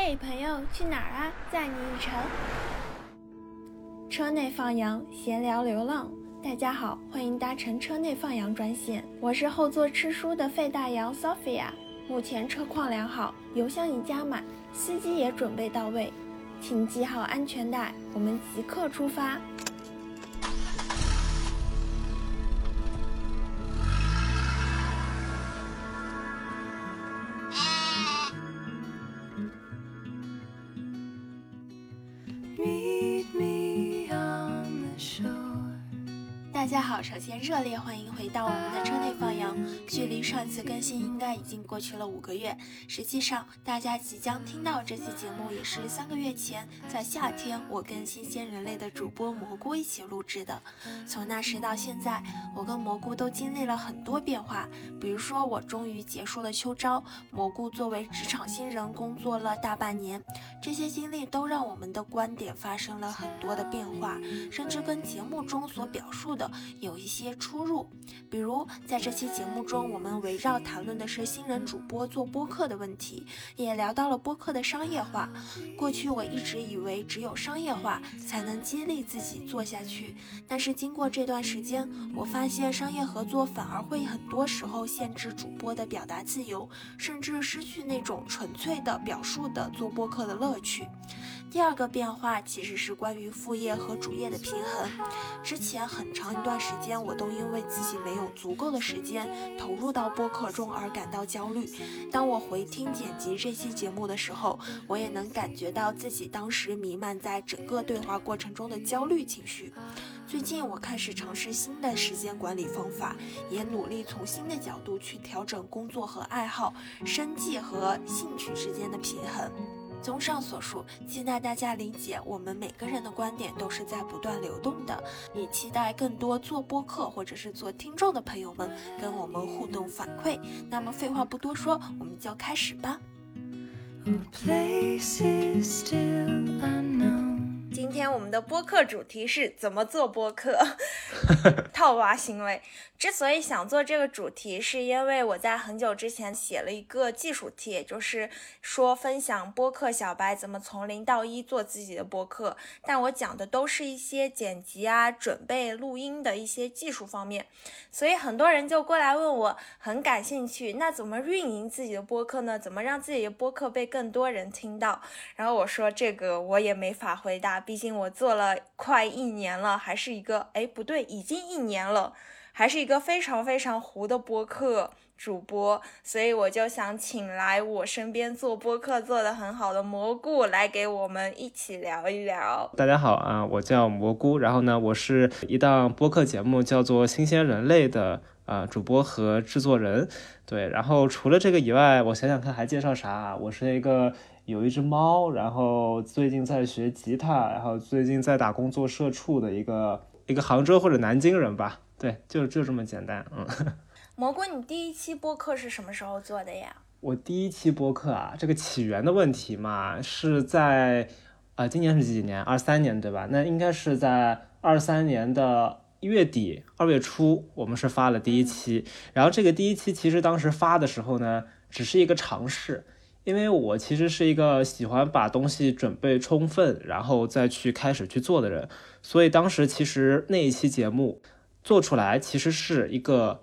嘿，朋友，去哪儿啊？载你一程。车内放羊，闲聊流浪。大家好，欢迎搭乘车内放羊专线，我是后座吃书的费大羊 Sophia。目前车况良好，油箱已加满，司机也准备到位，请系好安全带，我们即刻出发。大家好，首先热烈欢迎回到我们的车内放羊。距离上次更新应该已经过去了5个月，实际上大家即将听到这期节目也是3个月前在夏天我跟新鲜人类的主播蘑菇一起录制的。从那时到现在，我跟蘑菇都经历了很多变化，比如说我终于结束了秋招，蘑菇作为职场新人工作了大半年，这些经历都让我们的观点发生了很多的变化，甚至跟节目中所表述的有一些出入。比如在这期节目中，我们围绕谈论的是新人主播做播客的问题，也聊到了播客的商业化。过去我一直以为只有商业化才能激励自己做下去，但是经过这段时间，我发现商业合作反而会很多时候限制主播的表达自由，甚至失去那种纯粹的表述的做播客的乐趣。第二个变化其实是关于副业和主业的平衡。之前很长一段时间，我都因为自己没有足够的时间投入到播客中而感到焦虑。当我回听剪辑这期节目的时候，我也能感觉到自己当时弥漫在整个对话过程中的焦虑情绪。最近我开始尝试新的时间管理方法，也努力从新的角度去调整工作和爱好、生计和兴趣之间的平衡。综上所述，期待大家理解我们每个人的观点都是在不断流动的，也期待更多做播客或者是做听众的朋友们跟我们互动反馈。那么废话不多说，我们就开始吧。今天我们的播客主题是怎么做播客套娃行为。之所以想做这个主题，是因为我在很久之前写了一个技术帖，就是说分享播客小白怎么从0到1做自己的播客，但我讲的都是一些剪辑啊、准备录音的一些技术方面，所以很多人就过来问我，很感兴趣，那怎么运营自己的播客呢？怎么让自己的播客被更多人听到？然后我说这个我也没法回答，毕竟我做了快1年了，还是一个不对，已经1年了，还是一个非常非常糊的播客主播，所以我就想请来我身边做播客做得很好的蘑菇来给我们一起聊一聊。 大家好啊，我叫蘑菇，然后呢，我是一档播客节目叫做《新鲜人类》的主播和制作人。对，然后除了这个以外，我想想看还介绍啥啊？我是有一只猫，然后最近在学吉他，然后最近在打工做社畜的一个杭州或者南京人吧。对，就这么简单。 蘑菇，你第一期播客是什么时候做的呀？ 我第一期播客啊，这个起源的问题嘛，是在今年是几年？23年对吧？那应该是在23年的1月底2月初，我们是发了第一期。然后这个第一期其实当时发的时候呢，只是一个尝试，因为我其实是一个喜欢把东西准备充分，然后再开始去做的人，所以当时其实那一期节目做出来其实是一个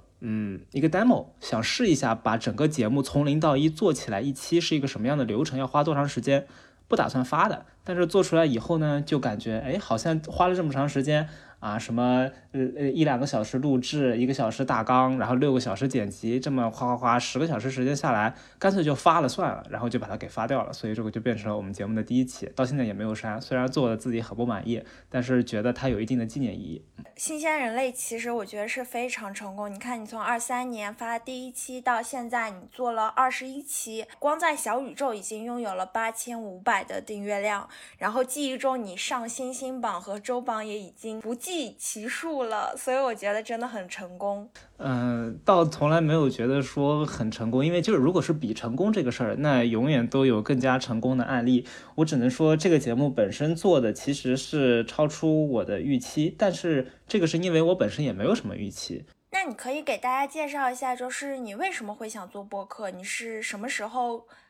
demo， 想试一下把整个节目从0到1做起来，一期是一个什么样的流程，要花多长时间，不打算发的。但是做出来以后呢，就感觉好像花了这么长时间啊，什么1-2个小时录制，1个小时大纲，然后6个小时剪辑，这么花10个小时时间下来，干脆就发了算了，然后就把它给发掉了。所以这个就变成了我们节目的第一期，到现在也没有删，虽然做的自己很不满意，但是觉得它有一定的纪念意义。 新鲜人类其实我觉得是非常成功，你看你从23年发第一期到现在你做了21期，光在小宇宙已经拥有了8500的订阅量，然后记忆中你上星星榜和周榜也已经不计其数了，所以我觉得真的很成功。 倒从来没有觉得说很成功，因为就是如果是比成功这个事儿，那永远都有更加成功的案例。我只能说这个节目本身做的其实是超出我的预期，但是这个是因为我本身也没有什么预期。 那你可以给大家介绍一下，就是你为什么会想做播客？你是什么时候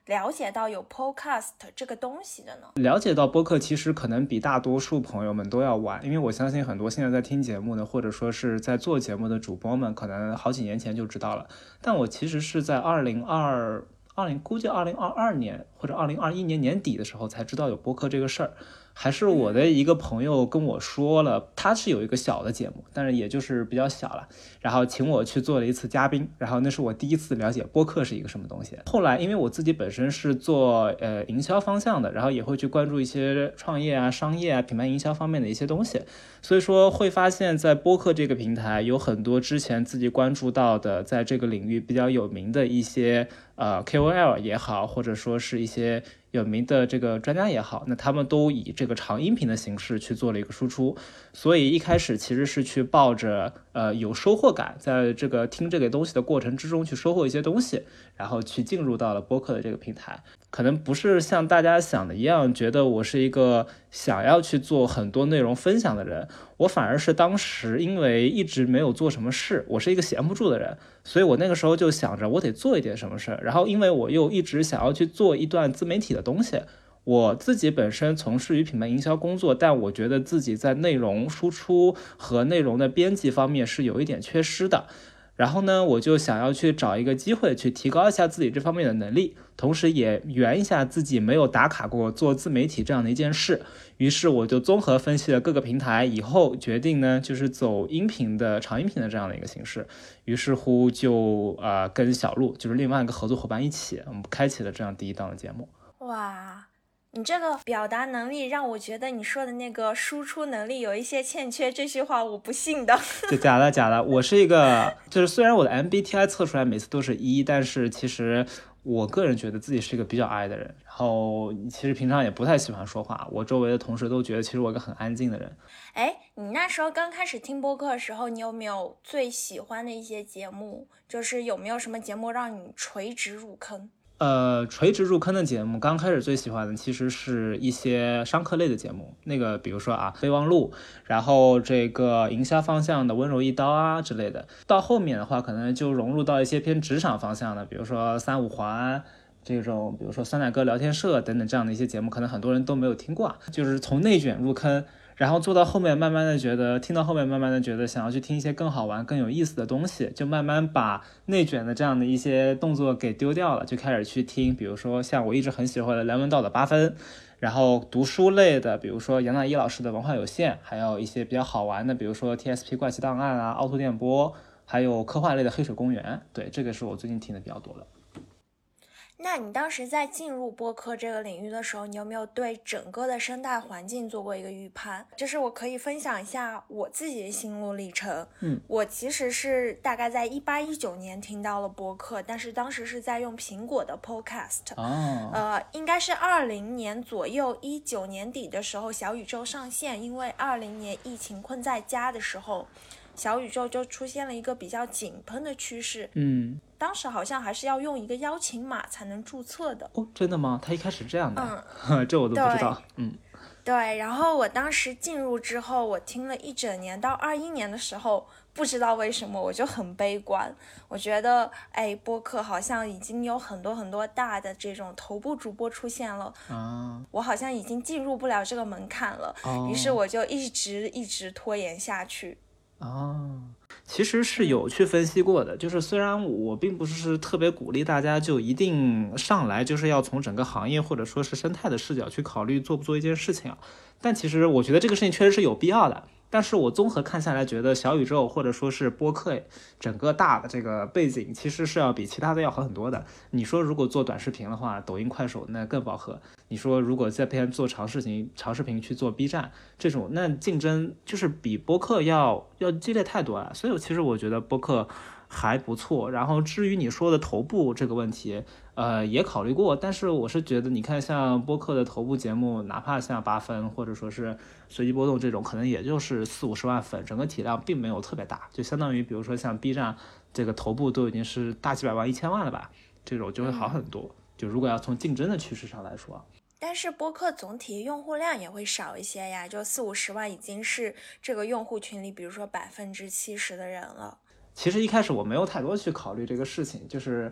了解到有 podcast 这个东西的呢？ 了解到播客其实可能比大多数朋友们都要晚，因为我相信很多现在在听节目的或者说是在做节目的主播们可能好几年前就知道了，但我其实是在估计2022年或者2021年年底的时候才知道有播客这个事儿，还是我的一个朋友跟我说了，他是有一个小的节目，但是也就是比较小了，然后请我去做了一次嘉宾，然后那是我第一次了解播客是一个什么东西。后来因为我自己本身是做营销方向的，然后也会去关注一些创业啊、商业啊、品牌营销方面的一些东西，所以说会发现在播客这个平台有很多之前自己关注到的在这个领域比较有名的一些KOL 也好，或者说是一些有名的这个专家也好，那他们都以这个长音频的形式去做了一个输出，所以一开始其实是去抱着有收获感，在这个听这个东西的过程之中去收获一些东西，然后去进入到了播客的这个平台。可能不是像大家想的一样，觉得我是一个想要去做很多内容分享的人，我反而是当时因为一直没有做什么事，我是一个闲不住的人，所以我那个时候就想着我得做一点什么事，然后因为我又一直想要去做一段自媒体的东西，我自己本身从事于品牌营销工作，但我觉得自己在内容输出和内容的编辑方面是有一点缺失的，然后呢，我就想要去找一个机会去提高一下自己这方面的能力，同时也圆一下自己没有打卡过做自媒体这样的一件事。于是我就综合分析了各个平台，以后决定呢就是走音频的长音频的这样的一个形式。于是乎就跟小鹿就是另外一个合作伙伴一起，我们开启了这样第一档的节目。 哇，你这个表达能力让我觉得你说的那个输出能力有一些欠缺，这句话我不信的。 就假的，我是一个，就是虽然我的 MBTI 测出来每次都是1，但是其实我个人觉得自己是一个比较 I 的人，然后其实平常也不太喜欢说话，我周围的同事都觉得其实我一个很安静的人。 哎，你那时候刚开始听播客的时候，你有没有最喜欢的一些节目？就是有没有什么节目让你垂直入坑？ 垂直入坑的节目，刚开始最喜欢的其实是一些商科类的节目，那个比如说备忘录，然后这个营销方向的温柔一刀啊之类的。到后面的话，可能就融入到一些偏职场方向的，比如说三五环这种，比如说酸奶哥聊天社等等这样的一些节目，可能很多人都没有听过，就是从内卷入坑。然后做到后面，慢慢的觉得听到后面，慢慢的觉得想要去听一些更好玩、更有意思的东西，就慢慢把内卷的这样的一些动作给丢掉了，就开始去听，比如说像我一直很喜欢的梁文道的8分，然后读书类的，比如说杨乃一老师的文化有限，还有一些比较好玩的，比如说 TSP 怪奇档案啊、凹凸电波，还有科幻类的黑水公园。对，这个是我最近听的比较多的。 那你当时在进入播客这个领域的时候，你有没有对整个的生态环境做过一个预判？就是我可以分享一下我自己的心路历程。我其实是大概在18、19年听到了播客，但是当时是在用苹果的 Podcast。应该是20年左右，19年底的时候，小宇宙上线，因为20年疫情困在家的时候，小宇宙就出现了一个比较井喷的趋势。当时好像还是要用一个邀请码才能注册的。 哦，真的吗？他一开始这样的？这我都不知道。 对，然后我当时进入之后，我听了一整年，到21年的时候，不知道为什么我就很悲观，我觉得播客好像已经有很多很多大的这种头部主播出现了，我好像已经进入不了这个门槛了，于是我就一直拖延下去。 其实是有去分析过的，就是虽然我并不是特别鼓励大家就一定上来就是要从整个行业或者说是生态的视角去考虑做不做一件事情，但其实我觉得这个事情确实是有必要的。但是我综合看下来，觉得小宇宙或者说是播客整个大的这个背景其实是要比其他的要好很多的。你说如果做短视频的话，抖音快手那更饱和，你说如果这边做长视频去做 B 站这种，那竞争就是比播客要激烈太多了。所以其实我觉得播客还不错。然后至于你说的头部这个问题，也考虑过，但是我是觉得你看像播客的头部节目，哪怕像8分或者说是随机波动这种，可能也就是40-50万粉，整个体量并没有特别大，就相当于比如说像 B 站这个头部都已经是大几百万1000万了吧，这种就会好很多。就如果要从竞争的趋势上来说， 但是播客总体用户量也会少一些呀，就40-50万已经是这个用户群里比如说70%的人了。 其实一开始我没有太多去考虑这个事情，就是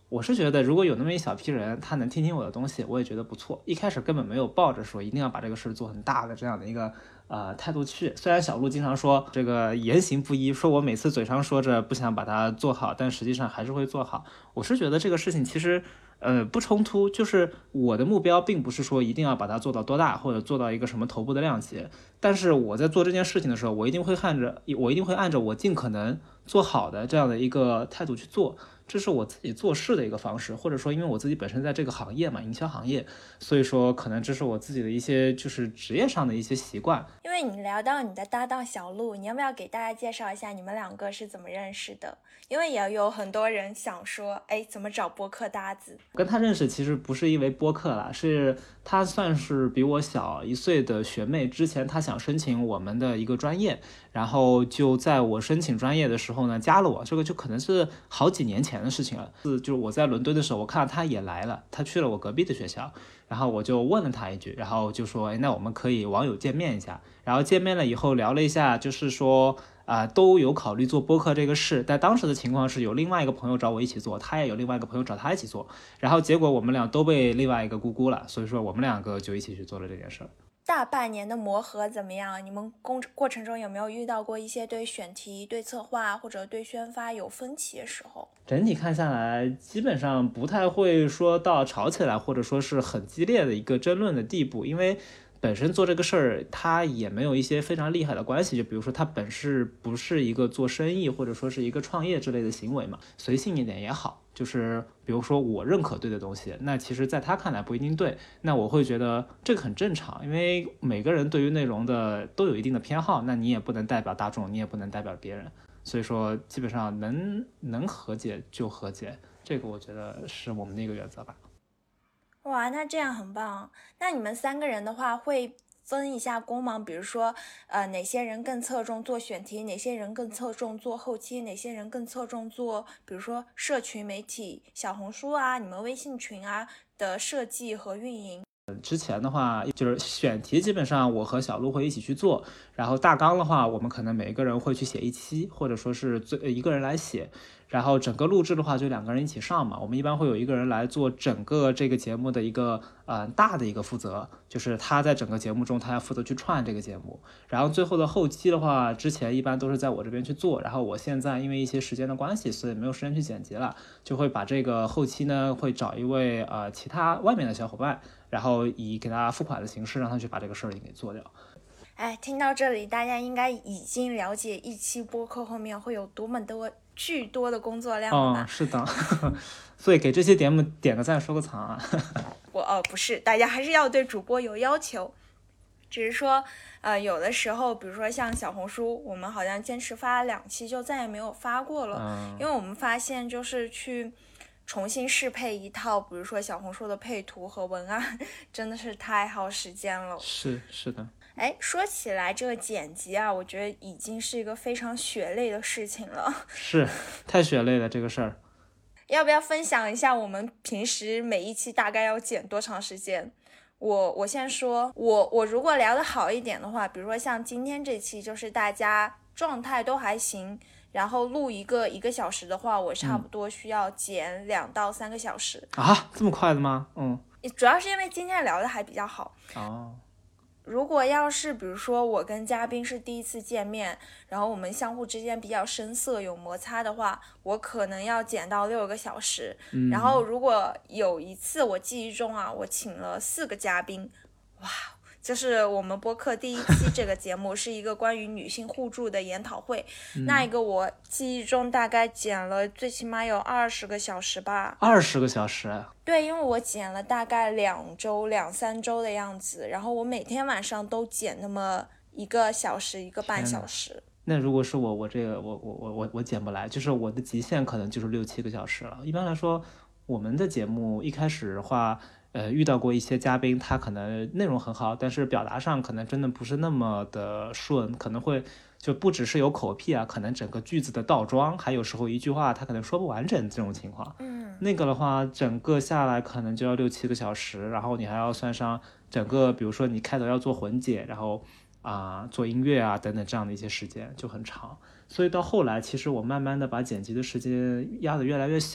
我是觉得如果有那么一小批人他能听听我的东西，我也觉得不错。一开始根本没有抱着说一定要把这个事做很大的这样的一个态度去。虽然小鹿经常说这个言行不一，说我每次嘴上说着不想把它做好，但实际上还是会做好。我是觉得这个事情其实不冲突，就是我的目标并不是说一定要把它做到多大，或者做到一个什么头部的量级，但是我在做这件事情的时候，我一定会按着我尽可能做好的这样的一个态度去做。这是我自己做事的一个方式，或者说因为我自己本身在这个行业嘛，营销行业，所以说可能这是我自己的一些就是职业上的一些习惯。 因为你聊到你的搭档小鹿，你要不要给大家介绍一下你们两个是怎么认识的？因为也有很多人想说，哎，怎么找播客搭子？ 跟他认识其实不是因为播客啦，是他算是比我小1岁的学妹，之前他想申请我们的一个专业，然后就在我申请专业的时候呢加了我，这个就可能是好几年前的事情了。就是我在伦敦的时候，我看到他也来了，他去了我隔壁的学校，然后我就问了他一句，然后就说，哎，那我们可以网友见面一下。然后见面了以后聊了一下，就是说都有考虑做播客这个事，但当时的情况是有另外一个朋友找我一起做，他也有另外一个朋友找他一起做，然后结果我们俩都被另外一个姑了，所以说我们两个就一起去做了这件事儿。 大半年的磨合怎么样？你们过程中有没有遇到过一些对选题、对策划或者对宣发有分歧的时候？ 整体看下来，基本上不太会说到吵起来，或者说是很激烈的一个争论的地步，因为本身做这个事儿，它也没有一些非常厉害的关系，就比如说它本身不是一个做生意或者说是一个创业之类的行为嘛，随性一点也好。就是比如说我认可对的东西，那其实在他看来不一定对，那我会觉得这个很正常，因为每个人对于内容的都有一定的偏好，那你也不能代表大众，你也不能代表别人，所以说基本上能和解就和解，这个我觉得是我们的一个原则吧。 哇，那这样很棒。那你们3个人的话会分一下工吗？比如说哪些人更侧重做选题，哪些人更侧重做后期，哪些人更侧重做比如说社群媒体小红书啊，你们微信群啊的设计和运营。 之前的话就是选题基本上我和小鹿会一起去做，然后大纲的话我们可能每个人会去写一期，或者说是一个人来写，然后整个录制的话就2个人一起上嘛，我们一般会有一个人来做整个这个节目的一个大的一个负责，就是他在整个节目中他要负责去串这个节目，然后最后的后期的话之前一般都是在我这边去做，然后我现在因为一些时间的关系，所以没有时间去剪辑了，就会把这个后期呢会找一位其他外面的小伙伴，然后以给他付款的形式让他去把这个事儿给做掉。 哎，听到这里大家应该已经了解一期播客后面会有多么巨多的工作量了吧？ 是的所以给这些节目点个赞收个藏啊不是，大家还是要对主播有要求，只是说有的时候比如说像小红书，我们好像坚持发2期就再也没有发过了，因为我们发现就是去重新适配一套比如说小红书的配图和文案真的是太耗时间了。 是的。 哎，说起来这个剪辑啊，我觉得已经是一个非常血泪的事情了。 是，太血泪了这个事儿。 要不要分享一下我们平时每一期大概要剪多长时间？我先说，我如果聊得好一点的话，比如说像今天这期就是大家状态都还行，然后录一个小时的话，我差不多需要剪2到3个小时。 啊，这么快的吗？ 主要是因为今天聊的还比较好。如果要是比如说我跟嘉宾是第一次见面，然后我们相互之间比较生涩有摩擦的话，我可能要剪到6个小时。然后如果有一次我记忆中啊，我请了4个嘉宾，哇，就是我们播客第1期这个节目是一个关于女性互助的研讨会，那一个我记忆中大概剪了最起码有20个小时吧。 20个小时？ 对，因为我剪了大概2周2、3周的样子，然后我每天晚上都剪那么1个小时1个半小时。 那如果是我剪不来，就是我的极限可能就是6、7个小时了。一般来说我们的节目一开始的话遇到过一些嘉宾，他可能内容很好，但是表达上可能真的不是那么的顺，可能会就不只是有口癖啊，可能整个句子的倒装，还有时候一句话他可能说不完整这种情况。那个的话整个下来可能就要6、7个小时，然后你还要算上整个比如说你开头要做混剪，然后做音乐啊等等这样的一些时间就很长。所以到后来其实我慢慢的把剪辑的时间压得越来越小，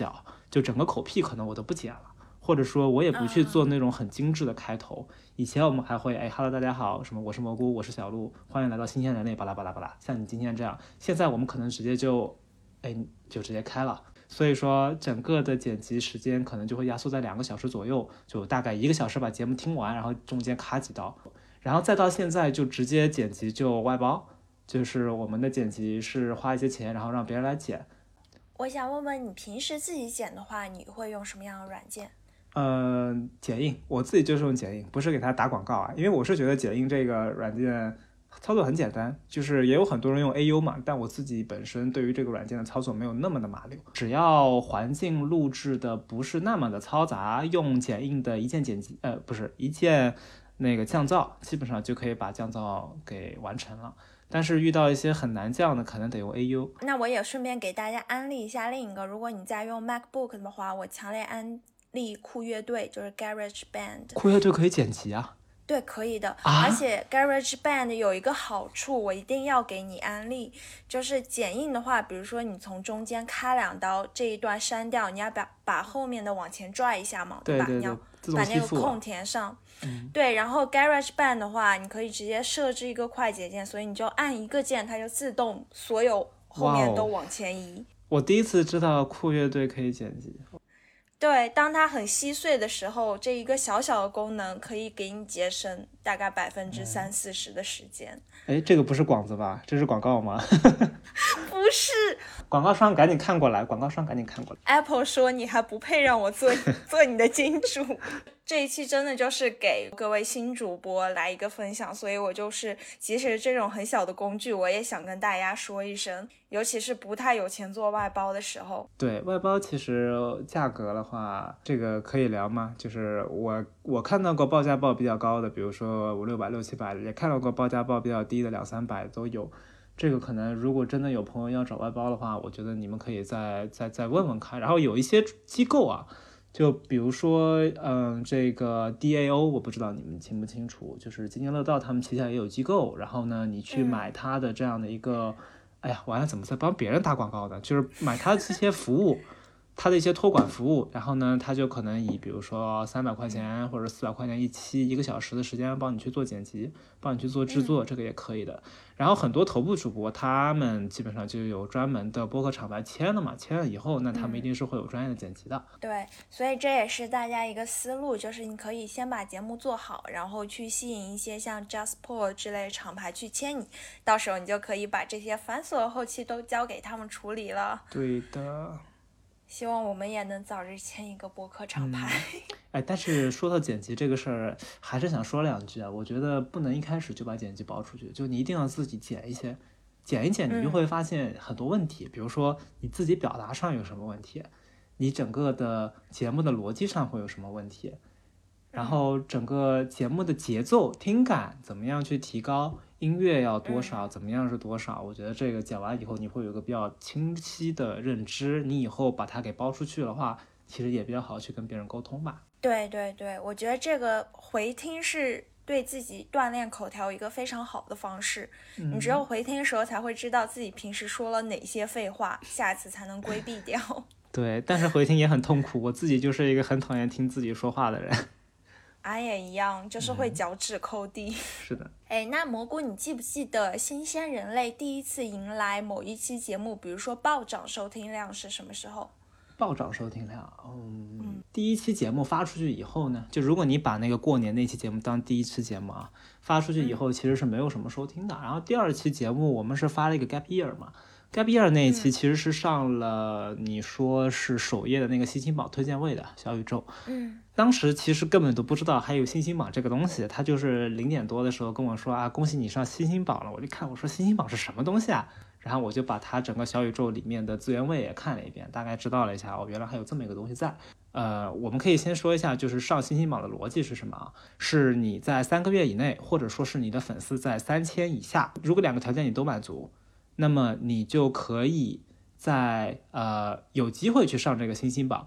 就整个口癖可能我都不剪了，或者说我也不去做那种很精致的开头。以前我们还会，Hello 大家好，什么我是蘑菇，我是小鹿，欢迎来到新鲜人类，巴拉巴拉巴拉，像你今天这样。现在我们可能直接就直接开了。所以说整个的剪辑时间可能就会压缩在2个小时左右，就大概1个小时把节目听完，然后中间卡几刀，然后再到现在就直接剪辑就外包，就是我们的剪辑是花一些钱，然后让别人来剪。 我想问问你，平时自己剪的话，你会用什么样的软件？ 剪映，我自己就是用剪映，不是给他打广告啊，因为我是觉得剪映这个软件操作很简单，就是也有很多人用 AU 嘛，但我自己本身对于这个软件的操作没有那么的麻溜，只要环境录制的不是那么的嘈杂，用剪映的一键剪辑，一键那个降噪，基本上就可以把降噪给完成了。但是遇到一些很难降的，可能得用 AU。 那我也顺便给大家安利一下另一个，如果你在用 MacBook 的话，我强烈安利酷乐队，就是 GarageBand。 酷乐队可以剪辑啊？ 对，可以的。而且 GarageBand 有一个好处，我一定要给你安利，就是剪映的话，比如说你从中间开2刀，这一段删掉，你要把后面的往前拽一下嘛， 对吧？你要把那个空填上。对，然后 GarageBand 的话，你可以直接设置一个快捷键，所以你就按一个键，它就自动所有后面都往前移。 我第一次知道酷乐队可以剪辑。 对，当它很稀碎的时候，这一个小小的功能可以给你节省大概30-40%的时间。 这个不是广子吧？这是广告吗？ 不是， 广告商赶紧看过来，广告商赶紧看过来。 Apple 说你还不配让我做你的金主。这一期真的就是给各位新主播来一个分享，所以我就是即使这种很小的工具，我也想跟大家说一声，尤其是不太有钱做外包的时候。 对，外包其实价格的话，这个可以聊吗？就是我看到过报价报比较高的，比如说500-600、600-700，也看到过报价报比较低的200-300都有。这个可能如果真的有朋友要找外包的话，我觉得你们可以再问问看。然后有一些机构啊，就比如说这个 DAO， 我不知道你们清不清楚，就是津津乐道他们旗下也有机构，然后呢你去买它的这样的一个完了怎么在帮别人打广告呢？就是买它的这些服务，它的一些托管服务，然后呢它就可能以比如说300块钱或者400块钱一期1个小时的时间帮你去做剪辑，帮你去做制作，这个也可以的。然后很多头部主播他们基本上就有专门的播客厂牌签了嘛，签了以后那他们一定是会有专业的剪辑的。 对，所以这也是大家一个思路，就是你可以先把节目做好，然后去吸引一些像 JustPod 之类的厂牌去签你，到时候你就可以把这些繁琐的后期都交给他们处理了。 对的， 希望我们也能早日签一个播客厂牌。 但是说到剪辑这个事儿，还是想说2句啊。我觉得不能一开始就把剪辑包出去，就你一定要自己剪一些，剪一剪，你就会发现很多问题。比如说你自己表达上有什么问题，你整个的节目的逻辑上会有什么问题，然后整个节目的节奏、听感怎么样去提高，音乐要多少，怎么样是多少。我觉得这个讲完以后，你会有一个比较清晰的认知，你以后把它给包出去的话，其实也比较好去跟别人沟通吧。 对对对，我觉得这个回听是对自己锻炼口条一个非常好的方式。你只有回听的时候才会知道自己平时说了哪些废话，下次才能规避掉。 对，但是回听也很痛苦，我自己就是一个很讨厌听自己说话的人。 俺也一样，就是会脚趾抠地。 是的。 那蘑菇，你记不记得新鲜人类第一次迎来某一期节目，比如说暴涨收听量是什么时候？ 暴涨收听量，第一期节目发出去以后呢，就如果你把那个过年那期节目当第一期节目啊，发出去以后其实是没有什么收听的。然后第2期节目我们是发了一个 Gap Year 嘛，Gap Year 那一期其实是上了你说是首页的那个新星榜推荐位的小宇宙。当时其实根本都不知道还有新星榜这个东西，他就是0点多的时候跟我说啊，恭喜你上新星榜了。我就看，我说新星榜是什么东西啊？然后我就把它整个小宇宙里面的资源位也看了一遍，大概知道了一下，原来还有这么一个东西在。我们可以先说一下，就是上新星榜的逻辑是什么啊？是你在3个月以内，或者说是你的粉丝在3000以下，如果2个条件你都满足，那么你就可以在有机会去上这个新星榜。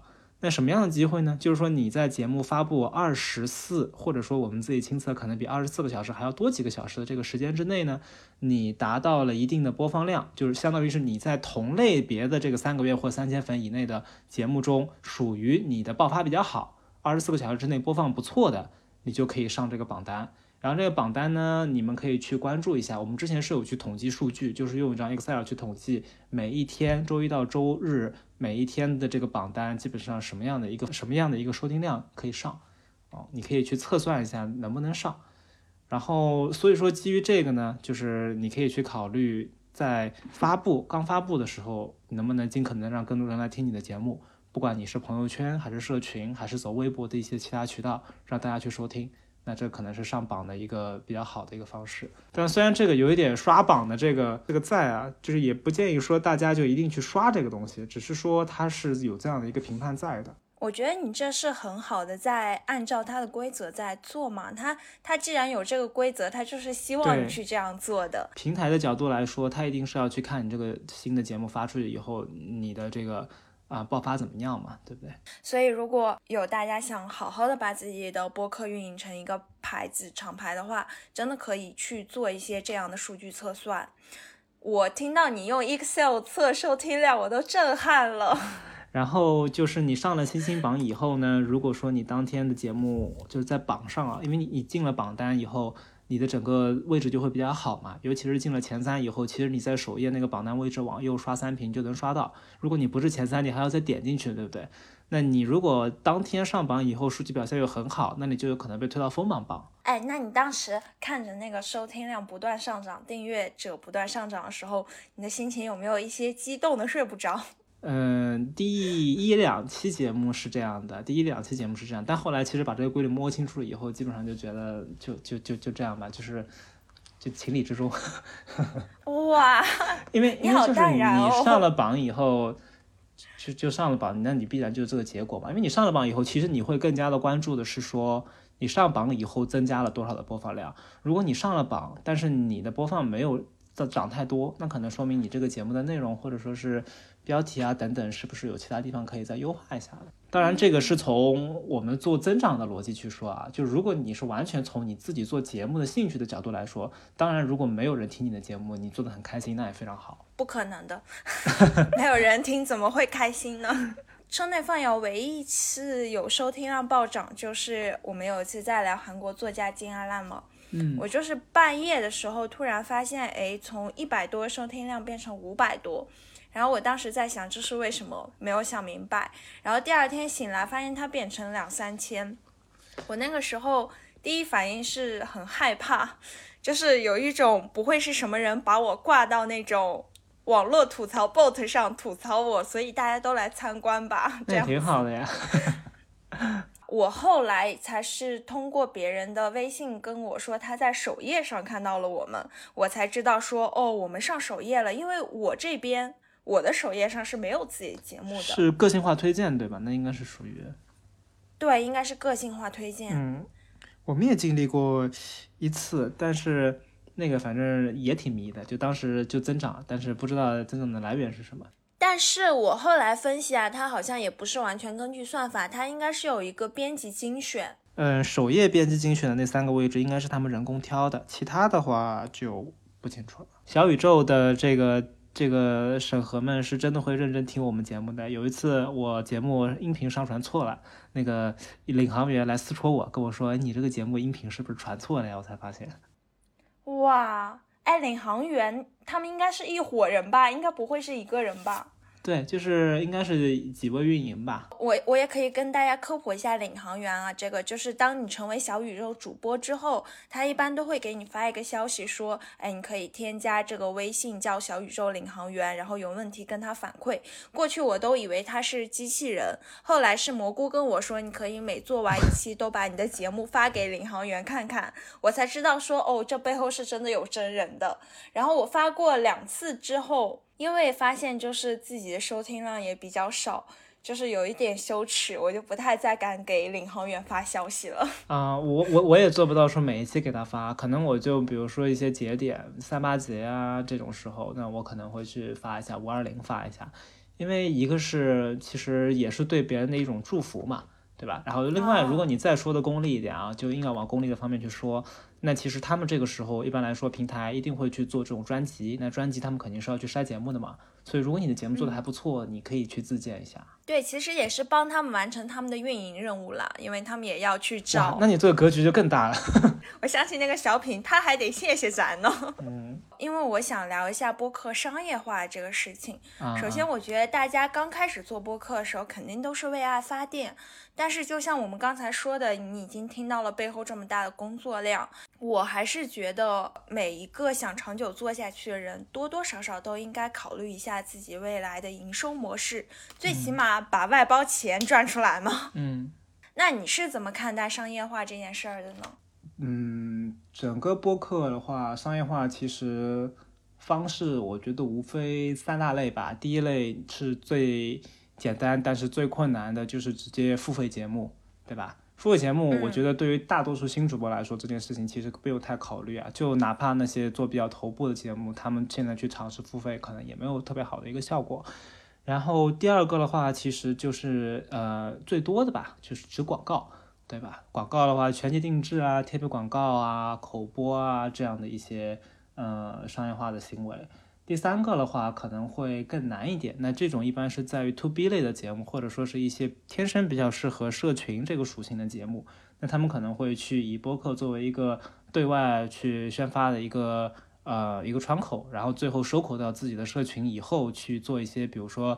那什么样的机会呢？就是说你在节目发布24，或者说我们自己亲测可能比24个小时还要多几个小时的这个时间之内呢，你达到了一定的播放量，就是相当于是你在同类别的这个3个月或3000粉以内的节目中，属于你的爆发比较好，24个小时之内播放不错的，你就可以上这个榜单。然后这个榜单呢，你们可以去关注一下。我们之前是有去统计数据，就是用一张 Excel 去统计每一天周一到周日每一天的这个榜单基本上什么样的一个收听量可以上你可以去测算一下能不能上。然后所以说基于这个呢，就是你可以去考虑在刚发布的时候，你能不能尽可能让更多人来听你的节目，不管你是朋友圈还是社群还是走微博的一些其他渠道，让大家去收听。那这可能是上榜的一个比较好的一个方式。但虽然这个有一点刷榜的这个在啊，就是也不建议说大家就一定去刷这个东西，只是说它是有这样的一个评判在的。 我觉得你这是很好的在按照它的规则在做嘛，它既然有这个规则，它就是希望你去这样做的。 平台的角度来说，它一定是要去看你这个新的节目发出去以后，你的这个爆发怎么样嘛，对不对？ 所以如果有大家想好好的把自己的播客运营成一个牌子厂牌的话，真的可以去做一些这样的数据测算。我听到你用 Excel 测收听量，我都震撼了。 然后就是你上了新星榜以后呢，如果说你当天的节目就是在榜上啊，因为你进了榜单以后，你的整个位置就会比较好嘛，尤其是进了前3以后，其实你在首页那个榜单位置往右刷3屏就能刷到。如果你不是前3，你还要再点进去，对不对？那你如果当天上榜以后数据表现又很好，那你就有可能被推到锋榜。 哎，那你当时看着那个收听量不断上涨，订阅者不断上涨的时候，你的心情有没有一些激动的睡不着？ 第1-2期节目是这样的，但后来其实把这个规律摸清楚了以后，基本上就觉得就这样吧，就情理之中。 哇， 因为就是你上了榜以后，就上了榜，那你必然就是这个结果嘛。因为你上了榜以后，其实你会更加的关注的是说，你上榜以后增加了多少的播放量。如果你上了榜，但是你的播放没有涨太多，那可能说明你这个节目的内容或者说是标题啊等等，是不是有其他地方可以再优化一下的。当然这个是从我们做增长的逻辑去说啊，就如果你是完全从你自己做节目的兴趣的角度来说，当然如果没有人听你的节目，你做得很开心，那也非常好。 不可能的没有人听怎么会开心呢？车内放谣唯一一次有收听量暴涨，就是我们有一次在聊韩国作家金阿烂嘛，我就是半夜的时候突然发现，从100多收听量变成500多，然后我当时在想这是为什么，没有想明白，然后第二天醒来发现它变成2-3千，我那个时候第一反应是很害怕，就是有一种不会是什么人把我挂到那种网络吐槽 bot 上吐槽我，所以大家都来参观吧，这样那挺好的呀。 我后来才是通过别人的微信跟我说他在首页上看到了我们，我才知道说我们上首页了，因为我这边我的首页上是没有自己的节目的。 是个性化推荐对吧？那应该是属于对，应该是个性化推荐。 我们也经历过一次，但是那个反正也挺迷的，就当时就增长，但是不知道增长的来源是什么。 但是我后来分析啊，它好像也不是完全根据算法，它应该是有一个编辑精选。 首页编辑精选的那3个位置应该是他们人工挑的，其他的话就不清楚了。小宇宙的这个审核们是真的会认真听我们节目的。有一次我节目音频上传错了，那个领航员来私戳我，跟我说你这个节目音频是不是传错了呀？我才发现。 哇，领航员他们应该是一伙人吧，应该不会是一个人吧？ 对，就是应该是几位运营吧。 我也可以跟大家科普一下领航员啊，这个就是当你成为小宇宙主播之后，他一般都会给你发一个消息说，你可以添加这个微信叫小宇宙领航员，然后有问题跟他反馈。过去我都以为他是机器人，后来是蘑菇跟我说，你可以每做完一期都把你的节目发给领航员看看，我才知道说这背后是真的有真人的。然后我发过2次之后，因为发现就是自己的收听量也比较少，就是有一点羞耻，我就不太再敢给领航员发消息了。 我也做不到说每一期给他发，可能我就比如说一些节点，3、8节啊这种时候，那我可能会去发一下520发一下， 因为一个是其实也是对别人的一种祝福嘛，对吧？然后另外，如果你再说的功利一点啊，就硬要往功利的方面去说，那其实他们这个时候一般来说平台一定会去做这种专辑，那专辑他们肯定是要去筛节目的嘛，所以如果你的节目做的还不错，你可以去自荐一下。 对，其实也是帮他们完成他们的运营任务啦，因为他们也要去找。 那你这个格局就更大了。 我相信那个小品他还得谢谢咱呢。 嗯， 因为我想聊一下播客商业化这个事情。首先， 啊， 我觉得大家刚开始做播客的时候，肯定都是为爱发电。但是，就像我们刚才说的，你已经听到了背后这么大的工作量，我还是觉得每一个想长久做下去的人，多多少少都应该考虑一下自己未来的营收模式，最起码把外包钱赚出来嘛。 嗯那你是怎么看待商业化这件事儿的呢？ 整个播客的话，商业化其实方式我觉得无非三大类吧。第一类是最简单但是最困难的，就是直接付费节目，对吧？付费节目，我觉得对于大多数新主播来说，这件事情其实不用太考虑啊。就哪怕那些做比较头部的节目，他们现在去尝试付费，可能也没有特别好的一个效果。然后第二个的话，其实就是最多的吧，就是指广告，对吧？广告的话，全季定制啊、贴片广告啊、口播啊这样的一些商业化的行为。第三个的话可能会更难一点，那这种一般是在于 to B 类的节目，或者说是一些天生比较适合社群这个属性的节目，那他们可能会去以播客作为一个对外去宣发的一个窗口，然后最后收口到自己的社群以后去做一些，比如说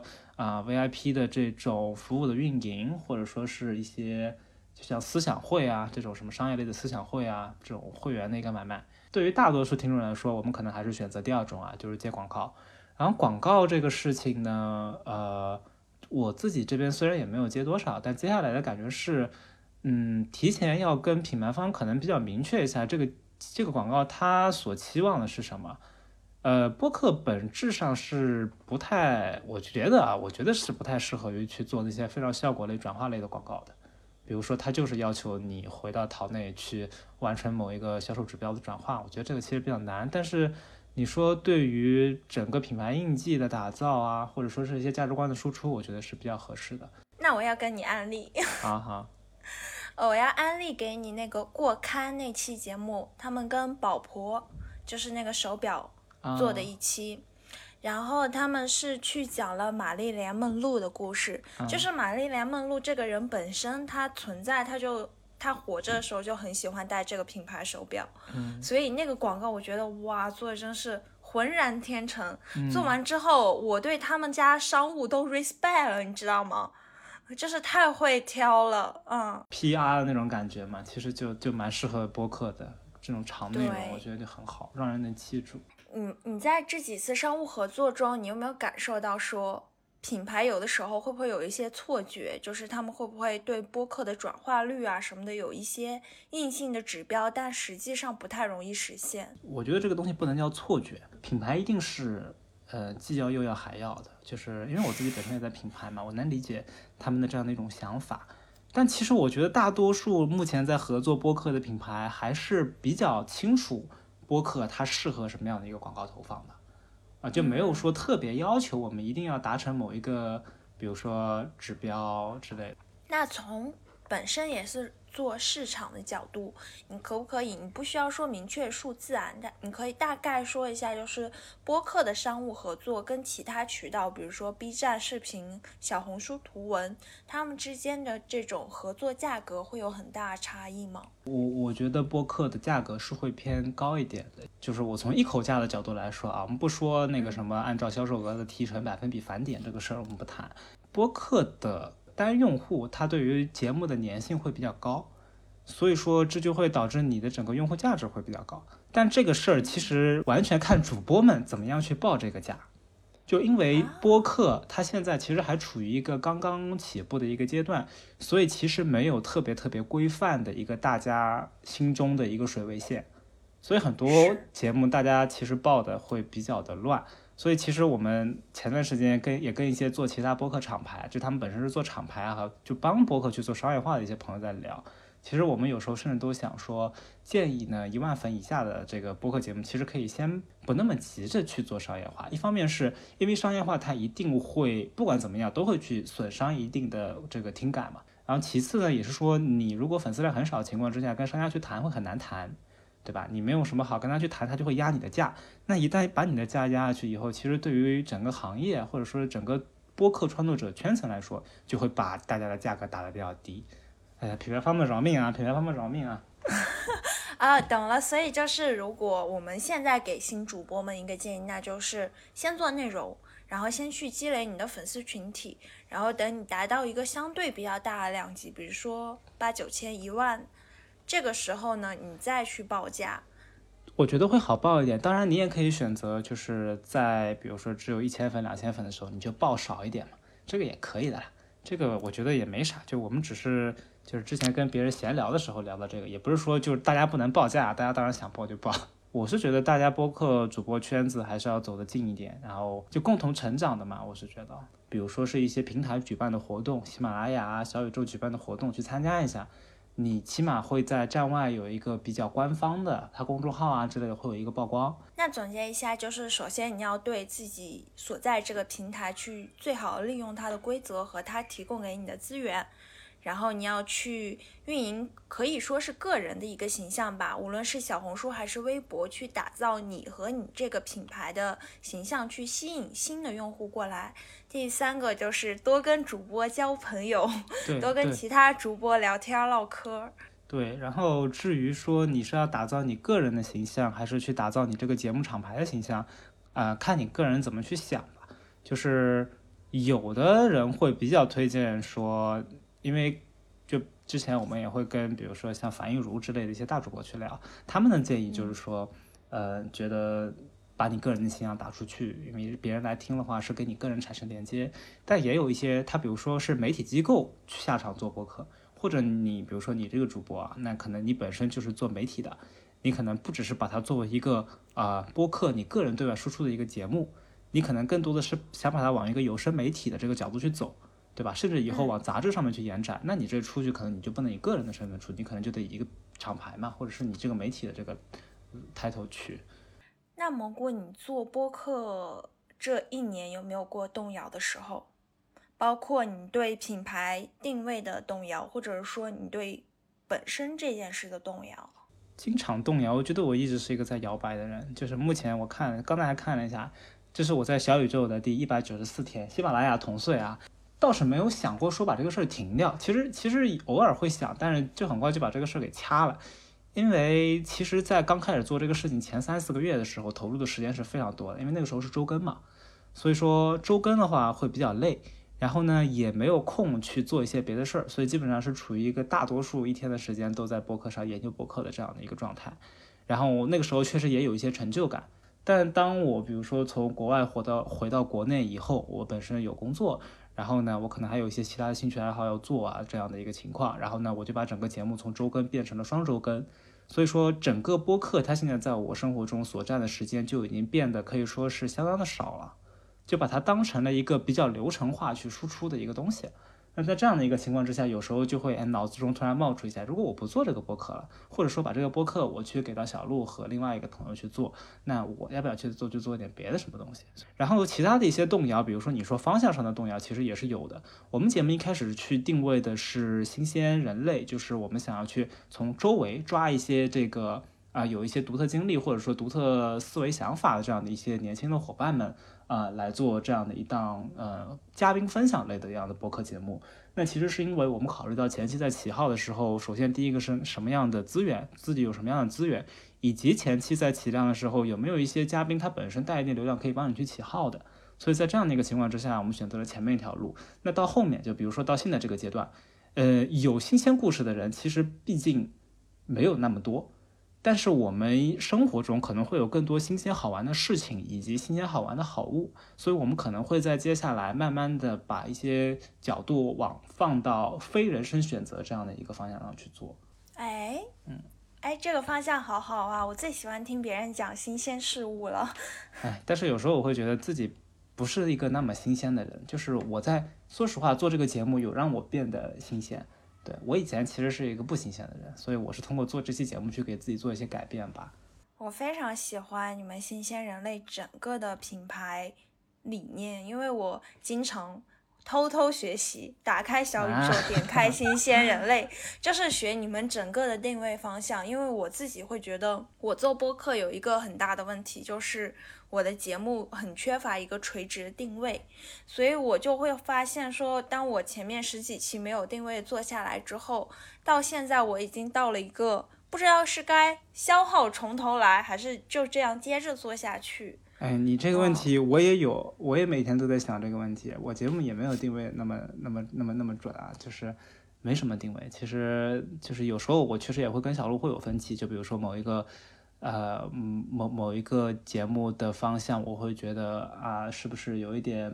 VIP 的这种服务的运营，或者说是一些就像思想会啊这种什么商业类的思想会啊这种会员的一个买卖。对于大多数听众来说，我们可能还是选择第二种啊，就是接广告。然后广告这个事情呢，我自己这边虽然也没有接多少，但接下来的感觉是，提前要跟品牌方可能比较明确一下这个广告它所期望的是什么。播客本质上是不太，我觉得是不太适合于去做那些非常效果类、转化类的广告的。比如说，它就是要求你回到淘内去完成某一个销售指标的转化，我觉得这个其实比较难。但是你说对于整个品牌印记的打造啊，或者说是一些价值观的输出，我觉得是比较合适的。 那我要跟你案例。 好好。 我要安利给你那个过刊那期节目，他们跟宝珀就是那个手表做的一期，然后他们是去讲了玛丽莲梦露的故事，就是玛丽莲梦露这个人本身她存在，她活着的时候就很喜欢戴这个品牌手表，所以那个广告我觉得哇做的真是浑然天成，做完之后我对他们家商务都 respect 了，你知道吗？就是太会挑了 ，PR 的那种感觉嘛，其实就蛮适合播客的这种长内容，我觉得就很好，让人能记住。 你在这几次商务合作中，你有没有感受到说，品牌有的时候会不会有一些错觉，就是他们会不会对播客的转化率啊什么的有一些硬性的指标，但实际上不太容易实现？ 我觉得这个东西不能叫错觉，品牌一定是既要又要还要的，就是因为我自己本身也在品牌嘛，我能理解他们的这样的一种想法。但其实我觉得大多数目前在合作播客的品牌还是比较清楚播客它适合什么样的一个广告投放的就没有说特别要求我们一定要达成某一个比如说指标之类的。 那从本身也是做市场的角度，你可不可以，你不需要说明确数字啊，但你可以大概说一下，就是播客的商务合作跟其他渠道，比如说 B 站视频、小红书图文，他们之间的这种合作价格会有很大的差异吗？ 我觉得播客的价格是会偏高一点的，就是我从一口价的角度来说啊，我们不说那个什么按照销售额的提成百分比返点这个事儿，我们不谈。播客的单用户他对于节目的粘性会比较高，所以说这就会导致你的整个用户价值会比较高。但这个事儿其实完全看主播们怎么样去报这个价，就因为播客它现在其实还处于一个刚刚起步的一个阶段，所以其实没有特别规范的一个大家心中的一个水位线，所以很多节目大家其实报的会比较的乱。所以其实我们前段时间也跟一些做其他播客厂牌，就他们本身是做厂牌啊，就帮播客去做商业化的一些朋友在聊， 其实我们有时候甚至都想说，建议呢1万粉以下的这个播客节目，其实可以先不那么急着去做商业化。一方面是因为商业化它一定会不管怎么样都会去损伤一定的这个听感嘛。然后其次呢，也是说你如果粉丝量很少的情况之下，跟商家去谈会很难谈，对吧？你没有什么好跟他去谈，他就会压你的价。那一旦把你的价压下去以后，其实对于整个行业或者说整个播客创作者圈层来说，就会把大家的价格打得比较低。哎呀，品牌方们饶命啊！品牌方们饶命啊！ 啊，懂了。所以就是如果我们现在给新主播们一个建议，那就是先做内容，然后先去积累你的粉丝群体，然后等你达到一个相对比较大的量级，比如说8、9千、1万，这个时候呢，你再去报价。 我觉得会好报一点。当然，你也可以选择，就是在比如说只有1000粉、2000粉的时候，你就报少一点嘛，这个也可以的啦。这个我觉得也没啥，就我们只是就是之前跟别人闲聊的时候聊到这个，也不是说就是大家不能报价，大家当然想报就报。我是觉得大家播客主播圈子还是要走得近一点，然后就共同成长的嘛。我是觉得，比如说是一些平台举办的活动，喜马拉雅啊、小宇宙举办的活动去参加一下，你起码会在站外有一个比较官方的，他公众号啊之类的会有一个曝光。 那总结一下，就是首先你要对自己所在这个平台去最好利用它的规则和它提供给你的资源，然后你要去运营可以说是个人的一个形象吧，无论是小红书还是微博，去打造你和你这个品牌的形象，去吸引新的用户过来。第3个就是多跟主播交朋友，多跟其他主播聊天唠嗑。 对，然后至于说你是要打造你个人的形象，还是去打造你这个节目厂牌的形象，看你个人怎么去想吧。就是有的人会比较推荐说，因为就之前我们也会跟比如说像樊一茹之类的一些大主播去聊，他们的建议就是说，觉得把你个人的形象打出去，因为别人来听的话是跟你个人产生连接。但也有一些他比如说是媒体机构去下场做播客，或者你比如说你这个主播啊，那可能你本身就是做媒体的，你可能不只是把它作为一个播客你个人对外输出的一个节目，你可能更多的是想把它往一个有声媒体的这个角度去走，对吧？甚至以后往杂志上面去延展，那你这出去可能你就不能以个人的身份出，你可能就得以一个厂牌嘛，或者是你这个媒体的这个title去。 那蘑菇，你做播客这1年有没有过动摇的时候？包括你对品牌定位的动摇，或者是说你对本身这件事的动摇？ 经常动摇，我觉得我一直是一个在摇摆的人。就是目前我刚才还看了一下，这是我在小宇宙的第194天，喜马拉雅同岁啊，倒是没有想过说把这个事儿停掉。其实偶尔会想，但是就很快就把这个事儿给掐了。因为其实在刚开始做这个事情前3、4个月的时候，投入的时间是非常多的，因为那个时候是周更嘛，所以说周更的话会比较累。然后呢，也没有空去做一些别的事儿，所以基本上是处于一个大多数1天的时间都在播客上研究播客的这样的一个状态。然后那个时候确实也有一些成就感，但当我比如说从国外回到国内以后，我本身有工作，然后呢，我可能还有一些其他的兴趣爱好要做啊，这样的一个情况。然后呢，我就把整个节目从周更变成了双周更，所以说整个播客它现在在我生活中所占的时间就已经变得可以说是相当的少了。就把它当成了一个比较流程化去输出的一个东西。那在这样的一个情况之下，有时候就会脑子中突然冒出一下，如果我不做这个播客了，或者说把这个播客我去给到小鹿和另外一个朋友去做，那我要不要去做，就做一点别的什么东西。然后其他的一些动摇，比如说你说方向上的动摇，其实也是有的。我们节目一开始去定位的是新鲜人类，就是我们想要去从周围抓一些这个有一些独特经历或者说独特思维想法的这样的一些年轻的伙伴们来做这样的一档嘉宾分享类的这样的播客节目。那其实是因为我们考虑到前期在起号的时候，首先第一个是什么样的资源，自己有什么样的资源，以及前期在起量的时候有没有一些嘉宾他本身带一定流量可以帮你去起号的。所以在这样的一个情况之下，我们选择了前面一条路。那到后面就比如说到现在这个阶段，有新鲜故事的人其实毕竟没有那么多，但是我们生活中可能会有更多新鲜好玩的事情以及新鲜好玩的好物，所以我们可能会在接下来慢慢的把一些角度放到非人生选择这样的一个方向上去做。 这个方向好好啊，我最喜欢听别人讲新鲜事物了。 但是有时候我会觉得自己不是一个那么新鲜的人，就是我在说实话做这个节目有让我变得新鲜， 对，我以前其实是一个不新鲜的人，所以我是通过做这期节目去给自己做一些改变吧。 我非常喜欢你们新鲜人类整个的品牌理念，因为我经常偷偷学习，打开小宇宙，点开新鲜人类，就是学你们整个的定位方向。因为我自己会觉得，我做播客有一个很大的问题，就是我的节目很缺乏一个垂直的定位，所以我就会发现说，当我前面10几期没有定位做下来之后，到现在我已经到了一个不知道是该消耗从头来，还是就这样接着做下去。 哎，你这个问题我也有，我也每天都在想这个问题。我节目也没有定位那么准啊，就是没什么定位。其实就是有时候我确实也会跟小鹿会有分歧，就比如说某一个某一个节目的方向，我会觉得啊，是不是有一点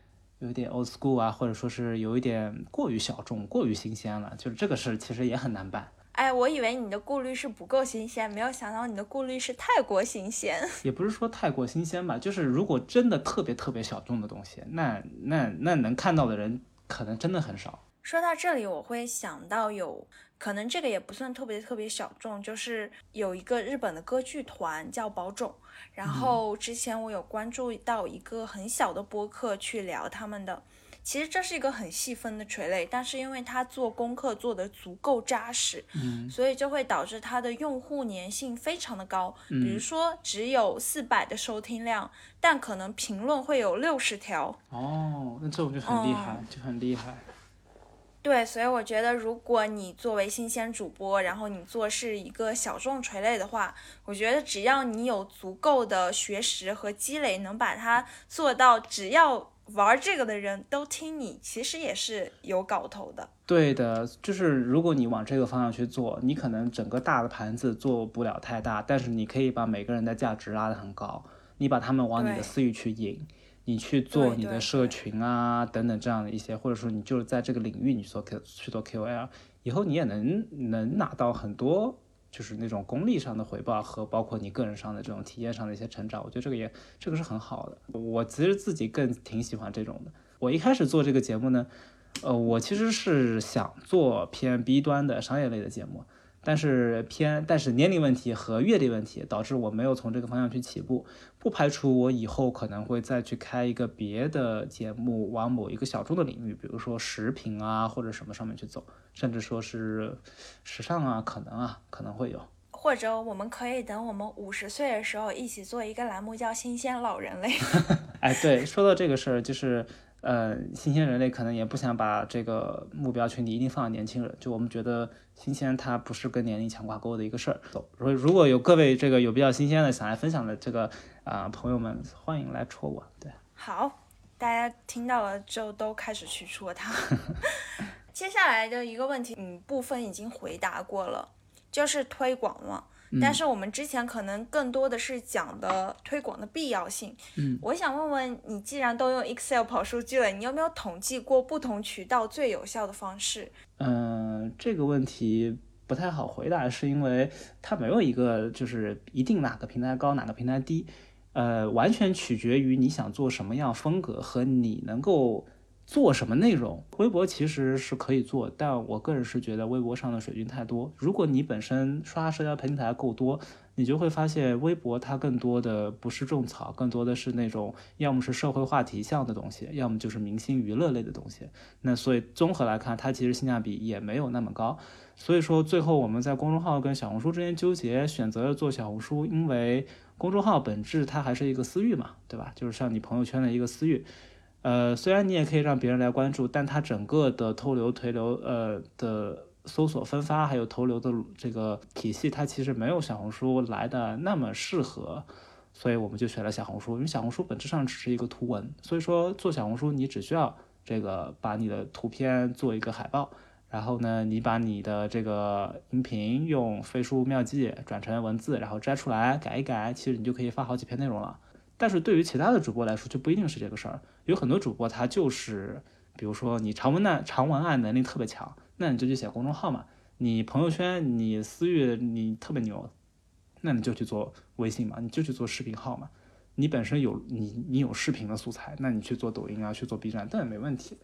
old school 啊，或者说是有一点过于小众、过于新鲜了。就是这个事其实也很难办。 哎，我以为你的顾虑是不够新鲜，没有想到你的顾虑是太过新鲜。 也不是说太过新鲜吧，就是如果真的特别小众的东西，那能看到的人可能真的很少。 说到这里，我会想到可能这个也不算特别小众，就是有一个日本的歌剧团叫宝冢，然后之前我有关注到一个很小的播客去聊他们的。其实这是一个很细分的垂类，但是因为他做功课做得足够扎实，所以就会导致他的用户粘性非常的高。比如说只有400的收听量，但可能评论会有60条。 哦，那这种就很厉害，就很厉害。 对，所以我觉得如果你作为新鲜主播，然后你做是一个小众垂类的话，我觉得只要你有足够的学识和积累，能把它做到只要玩这个的人都听你，其实也是有搞头的。 对的，就是如果你往这个方向去做，你可能整个大的盘子做不了太大，但是你可以把每个人的价值拉得很高，你把他们往你的私域去引，你去做你的社群啊等等这样的一些，或者说你就是在这个领域你去做 KOL， 以后你也能拿到很多就是那种功利上的回报和包括你个人上的这种体验上的一些成长，我觉得这个是很好的。我其实自己更挺喜欢这种的。我一开始做这个节目呢，我其实是想做偏 B 端的商业类的节目，但是年龄问题和阅历问题导致我没有从这个方向去起步，不排除我以后可能会再去开一个别的节目，往某一个小众的领域，比如说食品啊或者什么上面去走，甚至说是时尚啊，可能会有。 或者我们可以等我们50岁的时候一起做一个栏目叫新鲜老人类。 哎，对，说到这个事儿，就是新鲜人类可能也不想把这个目标群体一定放在年轻人，就我们觉得新鲜它不是跟年龄强挂钩的一个事儿。如果有各位这个有比较新鲜的想来分享的这个朋友们，欢迎来戳我。对， 好，大家听到了就都开始去戳他。接下来的一个问题，部分已经回答过了，就是推广嘛。但是我们之前可能更多的是讲的推广的必要性。我想问问你，既然都用 Excel 跑数据了，你有没有统计过不同渠道最有效的方式？ 这个问题不太好回答，是因为它没有一个就是一定哪个平台高哪个平台低，完全取决于你想做什么样风格和你能够做什么内容。微博其实是可以做，但我个人是觉得微博上的水军太多。如果你本身刷社交平台够多，你就会发现微博它更多的不是种草，更多的是那种要么是社会话题向的东西，要么就是明星娱乐类的东西。那所以综合来看，它其实性价比也没有那么高。所以说最后我们在公众号跟小红书之间纠结，选择了做小红书，因为公众号本质它还是一个私域嘛，对吧？就是像你朋友圈的一个私域。虽然你也可以让别人来关注，但它整个的偷流推流的搜索分发还有投流的这个体系，它其实没有小红书来的那么适合，所以我们就选了小红书。因为小红书本质上只是一个图文，所以说做小红书你只需要这个把你的图片做一个海报，然后呢你把你的这个音频用飞书妙记转成文字，然后摘出来改一改，其实你就可以发好几篇内容了。但是对于其他的主播来说就不一定是这个事儿，有很多主播他就是比如说你长文案能力特别强，那你就去写公众号嘛，你朋友圈你私域你特别牛，那你就去做微信嘛，你就去做视频号嘛，你本身有你有视频的素材，那你去做抖音啊去做 B 站但也没问题。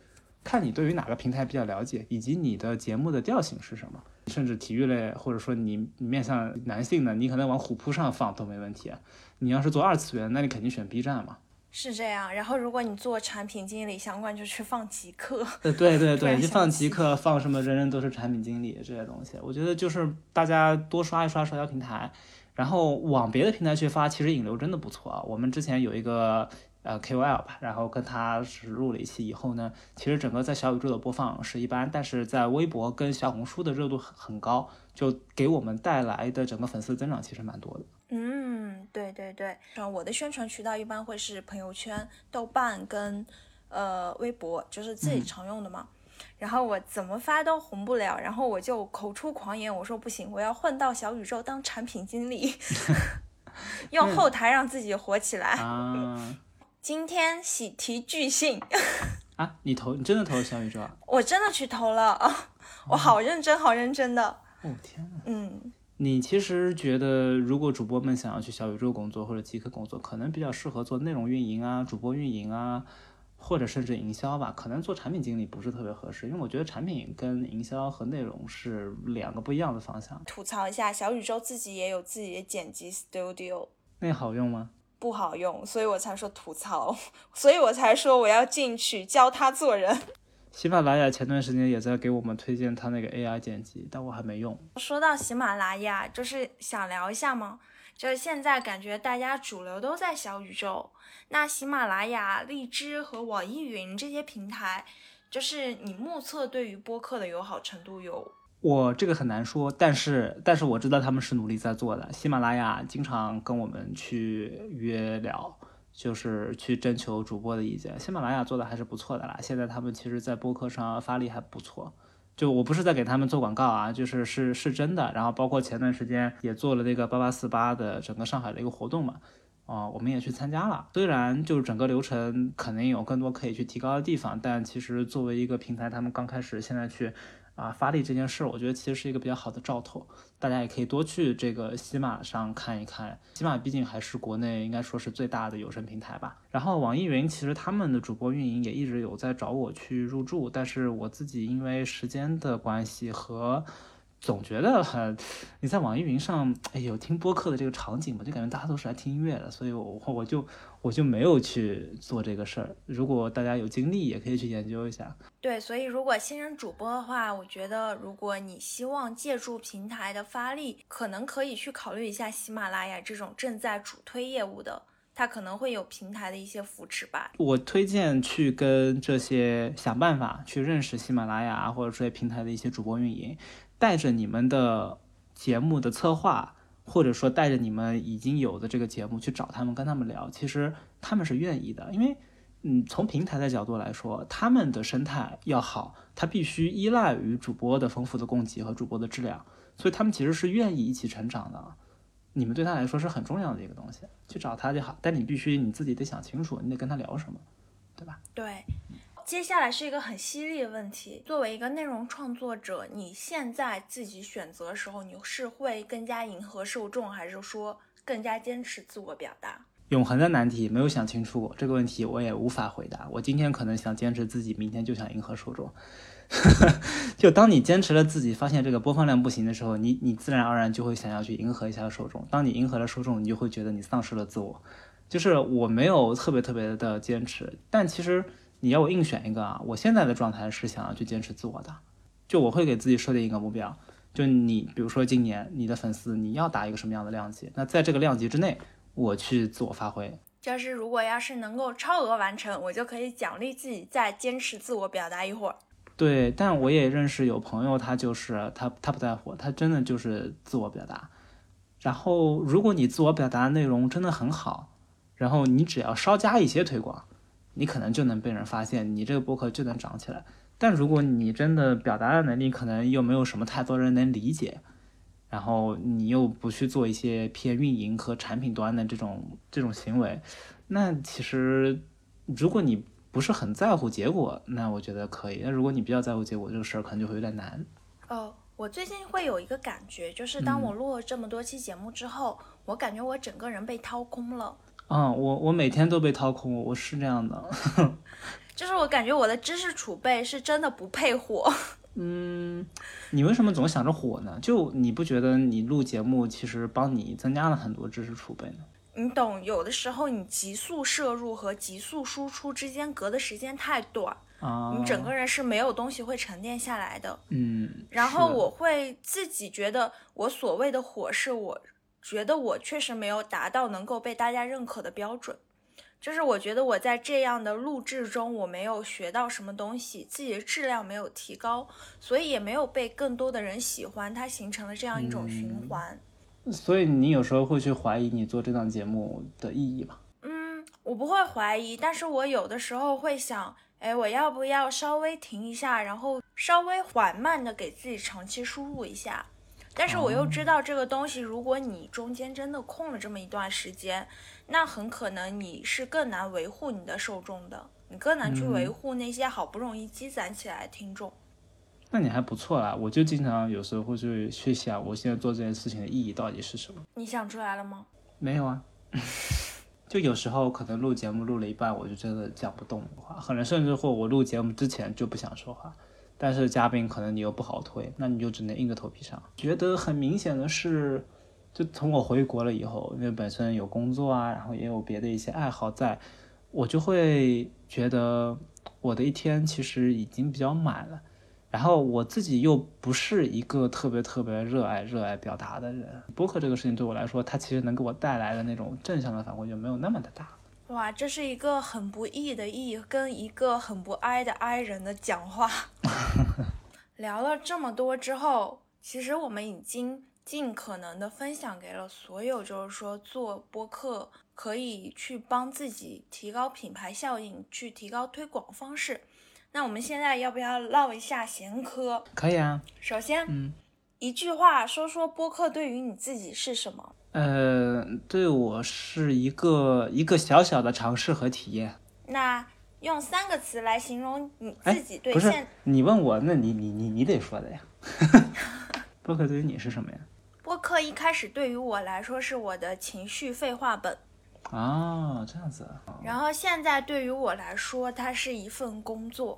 看你对于哪个平台比较了解，以及你的节目的调性是什么。甚至体育类，或者说你面向男性的，你可能往虎扑上放都没问题。你要是做二次元，那你肯定选 B 站嘛。 是这样，然后如果你做产品经理相关，就去放极客。 对对对，你放极客，放什么人人都是产品经理这些东西，我觉得就是大家多刷一刷社交平台，然后往别的平台去发，其实引流真的不错啊。我们之前有一个KOL 吧，然后跟他是录了一期以后呢，其实整个在小宇宙的播放是一般，但是在微博跟小红书的热度很高，就给我们带来的整个粉丝增长其实蛮多的。 对对对，我的宣传渠道一般会是朋友圈、豆瓣跟微博，就是自己常用的嘛。然后我怎么发都红不了，然后我就口出狂言，我说不行，我要混到小宇宙当产品经理，用后台让自己火起来。今天喜提巨信啊！你真的投了小宇宙啊？ 我真的去投了，我好认真，好认真的。 哦天哪！你其实觉得，如果主播们想要去小宇宙工作或者极客工作，可能比较适合做内容运营啊、主播运营啊，或者甚至营销吧。可能做产品经理不是特别合适，因为我觉得产品跟营销和内容是两个不一样的方向。 吐槽一下，小宇宙自己也有自己的剪辑 studio， 那好用吗？ 不好用，所以我才说吐槽，所以我才说我要进去教他做人。 喜马拉雅前段时间也在给我们推荐他那个 AI 剪辑，但我还没用。 说到喜马拉雅，就是想聊一下嘛，就是现在感觉大家主流都在小宇宙，那喜马拉雅、荔枝和网易云这些平台，就是你目测对于播客的友好程度有？ 我这个很难说，但是我知道他们是努力在做的。喜马拉雅经常跟我们去约聊，就是去征求主播的意见。喜马拉雅做的还是不错的啦，现在他们其实在播客上发力还不错。就我不是在给他们做广告啊，就是是真的。然后包括前段时间也做了那个8848的整个上海的一个活动嘛，我们也去参加了。虽然就是整个流程可能有更多可以去提高的地方，但其实作为一个平台，他们刚开始现在去发力这件事，我觉得其实是一个比较好的兆头，大家也可以多去这个喜马上看一看。喜马毕竟还是国内应该说是最大的有声平台吧。然后网易云其实他们的主播运营也一直有在找我去入驻，但是我自己因为时间的关系和总觉得你在网易云上有听播客的这个场景嘛，就感觉大家都是来听音乐的，所以我就没有去做这个事儿。如果大家有精力也可以去研究一下。 对，所以如果新人主播的话，我觉得如果你希望借助平台的发力，可能可以去考虑一下喜马拉雅这种正在主推业务的，它可能会有平台的一些扶持吧。 我推荐去跟这些想办法去认识喜马拉雅或者这些平台的一些主播运营，带着你们的节目的策划，或者说带着你们已经有的这个节目去找他们，跟他们聊，其实他们是愿意的。因为从平台的角度来说，他们的生态要好，它必须依赖于主播的丰富的供给和主播的质量，所以他们其实是愿意一起成长的。你们对他来说是很重要的一个东西，去找他就好，但你必须你自己得想清楚，你得跟他聊什么，对吧？ 对。接下来是一个很犀利的问题，作为一个内容创作者，你现在自己选择的时候，你是会更加迎合受众，还是说更加坚持自我表达？ 永恒的难题，没有想清楚过这个问题，我也无法回答。我今天可能想坚持自己，明天就想迎合受众。就当你坚持了自己，发现这个播放量不行的时候，你自然而然就会想要去迎合一下受众。当你迎合了受众，你就会觉得你丧失了自我。就是我没有特别的坚持，但其实你要我硬选一个啊，我现在的状态是想要去坚持自我的。就我会给自己设定一个目标，就你比如说今年你的粉丝你要达一个什么样的量级，那在这个量级之内我去自我发挥。 就是如果要是能够超额完成，我就可以奖励自己再坚持自我表达一会儿。 对，但我也认识有朋友，他就是他不在乎，他真的就是自我表达。然后如果你自我表达的内容真的很好，然后你只要稍加一些推广，你可能就能被人发现，你这个播客就能涨起来。但如果你真的表达的能力可能又没有什么太多人能理解，然后你又不去做一些偏运营和产品端的这种行为，那其实如果你不是很在乎结果，那我觉得可以。那如果你比较在乎结果，这个事儿可能就会有点难。 我最近会有一个感觉，就是当我录了这么多期节目之后，我感觉我整个人被掏空了。 我每天都被掏空，我是这样的。 就是我感觉我的知识储备是真的不配火。 你为什么总想着火呢？就你不觉得你录节目其实帮你增加了很多知识储备呢？ 你懂，有的时候你急速摄入和急速输出之间隔的时间太短，你整个人是没有东西会沉淀下来的。然后我会自己觉得我所谓的火是我觉得我确实没有达到能够被大家认可的标准，就是我觉得我在这样的录制中我没有学到什么东西，自己的质量没有提高，所以也没有被更多的人喜欢，它形成了这样一种循环。 所以你有时候会去怀疑你做这档节目的意义吗？ 我不会怀疑，但是我有的时候会想，我要不要稍微停一下，然后稍微缓慢的给自己长期输入一下。但是我又知道这个东西，如果你中间真的空了这么一段时间，那很可能你是更难维护你的受众的，你更难去维护那些好不容易积攒起来的听众。 那你还不错啦，我就经常有时候会去想我现在做这件事情的意义到底是什么。 你想出来了吗？ 没有啊。就有时候可能录节目录了一半，我就真的讲不动话，可能甚至或我录节目之前就不想说话，但是嘉宾可能你又不好推，那你就只能硬着头皮上。觉得很明显的是，就从我回国了以后，因为本身有工作啊，然后也有别的一些爱好在，我就会觉得我的一天其实已经比较满了。然后我自己又不是一个特别热爱表达的人，播客这个事情对我来说，它其实能给我带来的那种正向的反馈就没有那么的大。 哇，这是一个很不义的义跟一个很不哀的哀人的讲话。聊了这么多之后，其实我们已经尽可能的分享给了所有，就是说做播客可以去帮自己提高品牌效应，去提高推广方式。那我们现在要不要唠一下闲嗑？ 可以啊。 首先，一句话说说播客对于你自己是什么？ 对我是一个小小的尝试和体验。 那用3个词来形容你自己对不是你问我，那你得说的呀。播客对于你是什么呀？ 播客一开始对于我来说是我的情绪废话本。 这样子。 然后现在对于我来说，它是一份工作。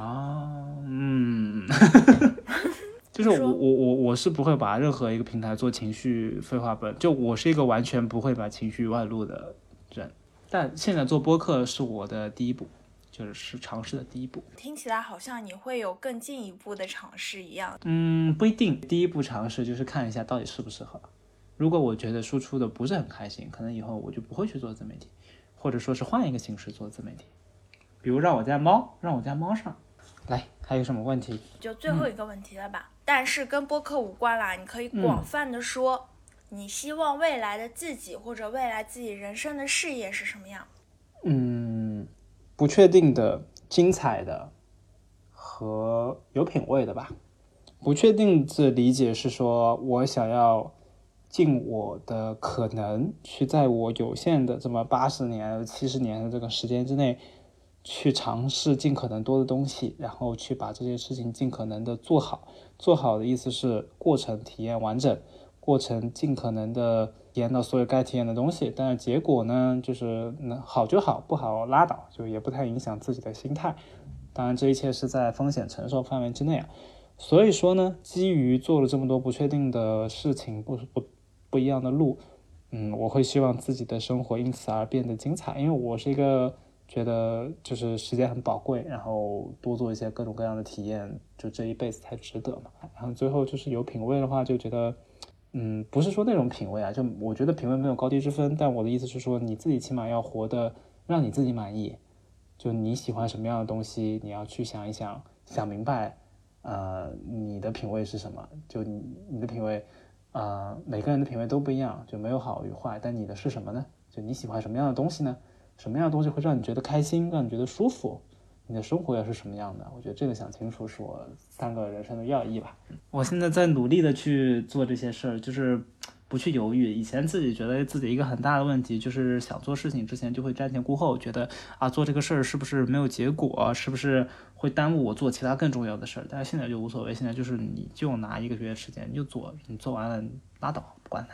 就是我是不会把任何一个平台做情绪废话本，就我是一个完全不会把情绪外露的人。但现在做播客是我的第一步，就是尝试的第一步。 听起来好像你会有更进一步的尝试一样。 不一定。第一步尝试就是看一下到底适不适合。如果我觉得输出的不是很开心，可能以后我就不会去做自媒体，或者说是换一个形式做自媒体，比如让我家猫上来。还有什么问题？ 就最后一个问题了吧，但是跟播客无关啦，你可以广泛的说，你希望未来的自己或者未来自己人生的事业是什么样？ 不确定的、精彩的和有品位的吧。不确定的理解是说，我想要尽我的可能去在我有限的这么80年、70年的这个时间之内，去尝试尽可能多的东西，然后去把这些事情尽可能的做好。做好的意思是过程体验完整，过程尽可能的体验到所有该体验的东西，但是结果呢，就是好就好，不好拉倒，就也不太影响自己的心态。当然这一切是在风险承受范围之内啊。所以说呢，基于做了这么多不确定的事情，不一样的路，我会希望自己的生活因此而变得精彩。因为我是一个觉得就是时间很宝贵，然后多做一些各种各样的体验，就这一辈子才值得嘛。然后最后就是有品味的话，就觉得不是说那种品味啊，就我觉得品味没有高低之分，但我的意思是说，你自己起码要活得让你自己满意。就你喜欢什么样的东西，你要去想一想，想明白你的品味是什么。就你的品味每个人的品味都不一样，就没有好与坏，但你的是什么呢？就你喜欢什么样的东西呢？什么样的东西会让你觉得开心，让你觉得舒服？你的生活要是什么样的？我觉得这个想清楚是我3个人生的要义吧。我现在在努力的去做这些事儿，就是不去犹豫。以前自己觉得自己一个很大的问题，就是想做事情之前就会瞻前顾后，觉得做这个事儿是不是没有结果，是不是会耽误我做其他更重要的事儿。但是现在就无所谓，现在就是你就拿1个月时间你就做，你做完了拉倒，不管它。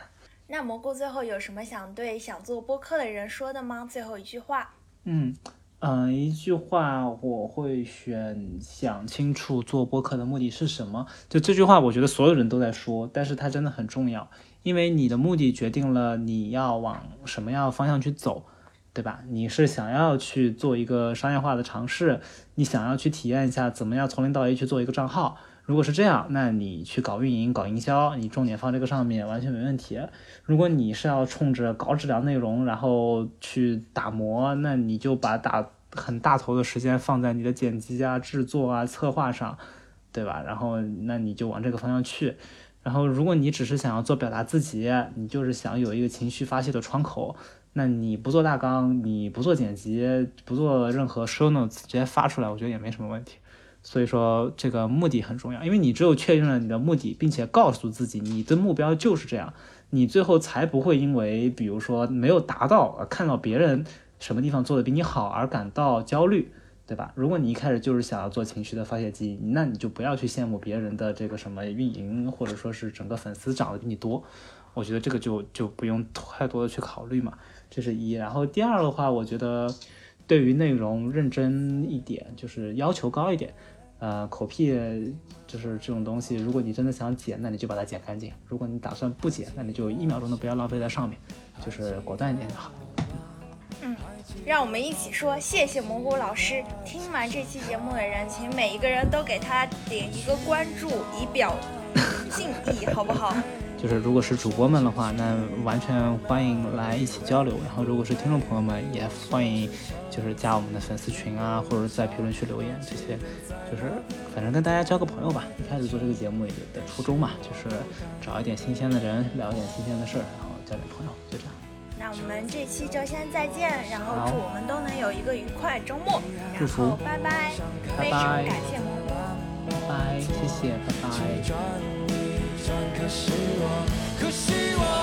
那蘑菇最后有什么想对想做播客的人说的吗？最后一句话。 一句话我会选想清楚做播客的目的是什么。就这句话我觉得所有人都在说，但是它真的很重要，因为你的目的决定了你要往什么样的方向去走，对吧？你是想要去做一个商业化的尝试，你想要去体验一下怎么样从零到一去做一个账号，如果是这样，那你去搞运营搞营销，你重点放这个上面完全没问题。如果你是要冲着高质量内容然后去打磨，那你就把很大头的时间放在你的剪辑啊制作啊策划上，对吧？然后那你就往这个方向去。然后如果你只是想要做表达自己，你就是想有一个情绪发泄的窗口，那你不做大纲，你不做剪辑，不做任何 show notes， 直接发出来，我觉得也没什么问题。所以说这个目的很重要，因为你只有确认了你的目的，并且告诉自己你的目标就是这样，你最后才不会因为比如说没有达到，看到别人什么地方做的比你好而感到焦虑，对吧？如果你一开始就是想要做情绪的发泄机，那你就不要去羡慕别人的这个什么运营，或者说是整个粉丝涨得比你多，我觉得这个就不用太多的去考虑嘛，这是一。然后第二的话，我觉得对于内容认真一点，就是要求高一点。口癖就是这种东西，如果你真的想剪，那你就把它剪干净；如果你打算不剪，那你就1秒钟都不要浪费在上面，就是果断一点就好。 让我们一起说谢谢蘑菇老师。听完这期节目的人，请每一个人都给他点一个关注，以表敬意，好不好？ 就是如果是主播们的话，那完全欢迎来一起交流。然后如果是听众朋友们，也欢迎就是加我们的粉丝群啊，或者在评论区留言，这些就是反正跟大家交个朋友吧。一开始做这个节目的初衷嘛，就是找一点新鲜的人，聊一点新鲜的事儿，然后交点朋友，就这样。 那我们这期就先再见，然后祝我们都能有一个愉快周末， 祝福， 然后拜拜， 拜拜， 非常感谢蘑菇， 拜拜，谢谢，拜拜。 可希望